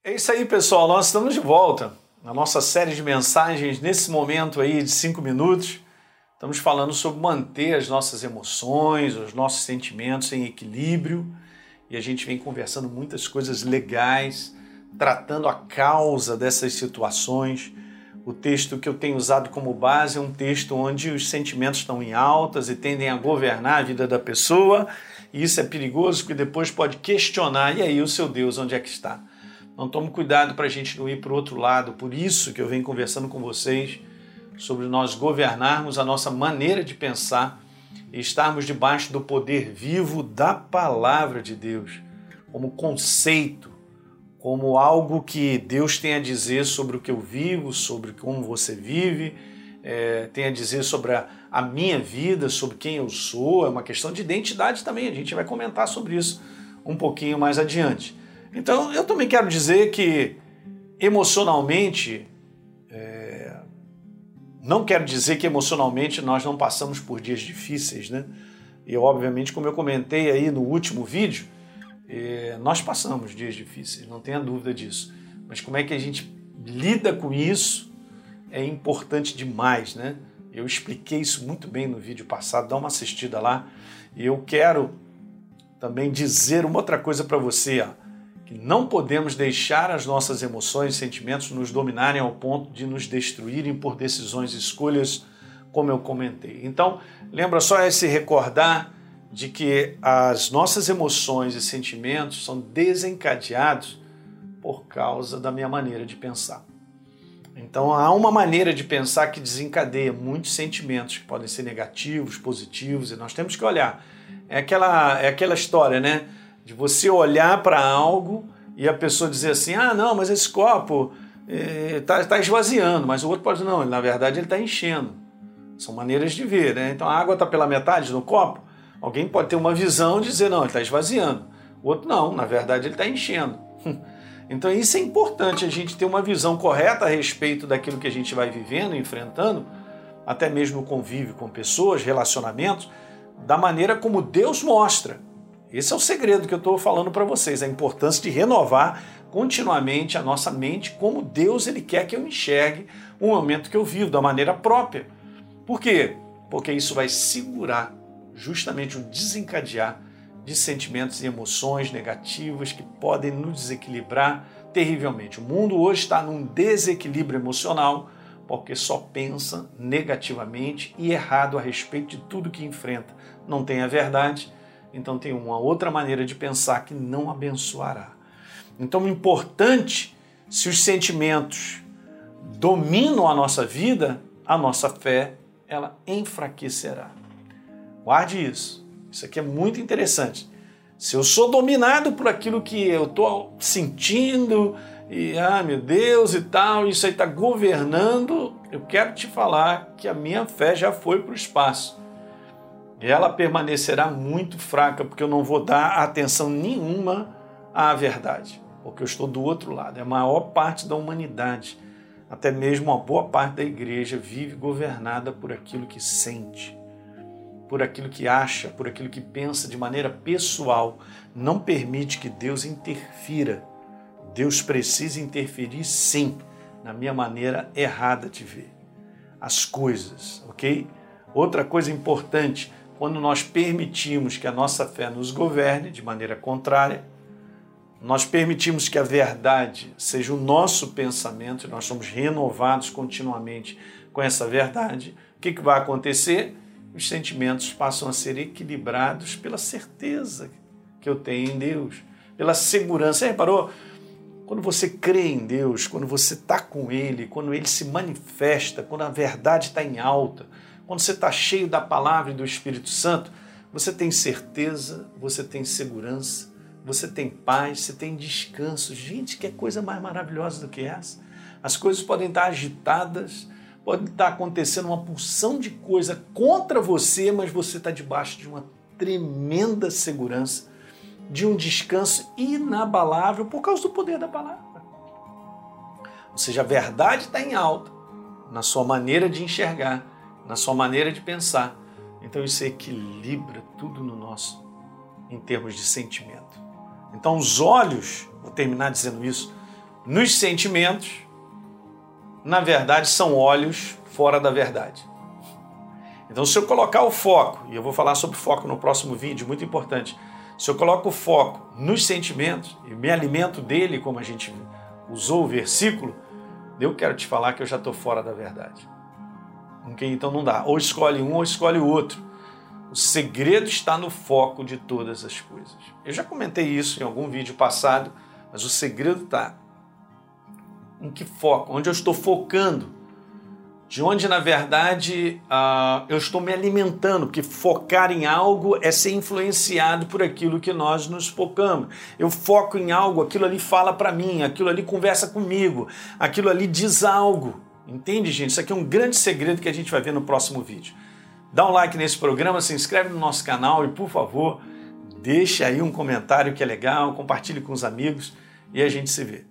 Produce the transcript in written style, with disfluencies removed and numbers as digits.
É isso aí, pessoal. Nós estamos de volta na nossa série de mensagens nesse momento aí de 5 minutos. Estamos falando sobre manter as nossas emoções, os nossos sentimentos em equilíbrio. E a gente vem conversando muitas coisas legais, tratando a causa dessas situações. O texto que eu tenho usado como base é um texto onde os sentimentos estão em altas e tendem a governar a vida da pessoa. E isso é perigoso porque depois pode questionar, e aí o seu Deus, onde é que está? Então tome cuidado para a gente não ir para o outro lado. Por isso que eu venho conversando com vocês sobre nós governarmos a nossa maneira de pensar e estarmos debaixo do poder vivo da palavra de Deus, como conceito, como algo que Deus tem a dizer sobre o que eu vivo, sobre como você vive, tem a dizer sobre a minha vida, sobre quem eu sou. É uma questão de identidade também, a gente vai comentar sobre isso um pouquinho mais adiante. Então, eu também quero dizer que emocionalmente, não quero dizer que emocionalmente nós não passamos por dias difíceis, né? E obviamente, como eu comentei aí no último vídeo, nós passamos dias difíceis, não tenha dúvida disso. Mas como é que a gente lida com isso é importante demais, né? Eu expliquei isso muito bem no vídeo passado, dá uma assistida lá. E eu quero também dizer uma outra coisa para você, ó, que não podemos deixar as nossas emoções e sentimentos nos dominarem ao ponto de nos destruírem por decisões e escolhas, como eu comentei. Então, lembra só se recordar de que as nossas emoções e sentimentos são desencadeados por causa da minha maneira de pensar. Então, há uma maneira de pensar que desencadeia muitos sentimentos que podem ser negativos, positivos, e nós temos que olhar. É aquela história, né? De você olhar para algo e a pessoa dizer assim, não, mas esse copo está esvaziando, mas o outro pode dizer, não, na verdade ele está enchendo. São maneiras de ver, né? Então a água está pela metade no copo, alguém pode ter uma visão e dizer, não, ele está esvaziando. O outro não, na verdade ele está enchendo. Então isso é importante, a gente ter uma visão correta a respeito daquilo que a gente vai vivendo, enfrentando, até mesmo o convívio com pessoas, relacionamentos, da maneira como Deus mostra. Esse é o segredo que eu estou falando para vocês, a importância de renovar continuamente a nossa mente como Deus ele quer que eu enxergue o momento que eu vivo, da maneira própria. Por quê? Porque isso vai segurar justamente o desencadear de sentimentos e emoções negativas que podem nos desequilibrar terrivelmente. O mundo hoje está num desequilíbrio emocional porque só pensa negativamente e errado a respeito de tudo que enfrenta. Não tem a verdade, então tem uma outra maneira de pensar que não abençoará. Então o importante, se os sentimentos dominam a nossa vida, a nossa fé, ela enfraquecerá. Guarde isso. Isso aqui é muito interessante. Se eu sou dominado por aquilo que eu estou sentindo, e meu Deus e tal, isso aí está governando, eu quero te falar que a minha fé já foi para o espaço. E ela permanecerá muito fraca, porque eu não vou dar atenção nenhuma à verdade, porque eu estou do outro lado. É a maior parte da humanidade, até mesmo uma boa parte da igreja, vive governada por aquilo que sente, por aquilo que acha, por aquilo que pensa de maneira pessoal. Não permite que Deus interfira. Deus precisa interferir, sim, na minha maneira errada de ver as coisas, ok? Outra coisa importante, quando nós permitimos que a nossa fé nos governe de maneira contrária, nós permitimos que a verdade seja o nosso pensamento, e nós somos renovados continuamente com essa verdade, o que vai acontecer? Os sentimentos passam a ser equilibrados pela certeza que eu tenho em Deus, pela segurança. Você reparou? Quando você crê em Deus, quando você está com Ele, quando Ele se manifesta, quando a verdade está em alta, quando você está cheio da palavra e do Espírito Santo, você tem certeza, você tem segurança, você tem paz, você tem descanso. Gente, que coisa mais maravilhosa do que essa? As coisas podem estar agitadas, pode estar acontecendo uma porção de coisa contra você, mas você está debaixo de uma tremenda segurança, de um descanso inabalável por causa do poder da palavra. Ou seja, a verdade está em alta na sua maneira de enxergar, na sua maneira de pensar. Então isso equilibra tudo no nosso, em termos de sentimento. Então os olhos, vou terminar dizendo isso, nos sentimentos, na verdade, são olhos fora da verdade. Então, se eu colocar o foco, e eu vou falar sobre foco no próximo vídeo, muito importante, se eu coloco o foco nos sentimentos e me alimento dele, como a gente usou o versículo, eu quero te falar que eu já estou fora da verdade. Okay? Então não dá. Ou escolhe um ou escolhe o outro. O segredo está no foco de todas as coisas. Eu já comentei isso em algum vídeo passado, mas o segredo está em que foco, onde eu estou focando, de onde, na verdade, eu estou me alimentando, porque focar em algo é ser influenciado por aquilo que nós nos focamos. Eu foco em algo, aquilo ali fala para mim, aquilo ali conversa comigo, aquilo ali diz algo. Entende, gente? Isso aqui é um grande segredo que a gente vai ver no próximo vídeo. Dá um like nesse programa, se inscreve no nosso canal e, por favor, deixe aí um comentário que é legal, compartilhe com os amigos e a gente se vê.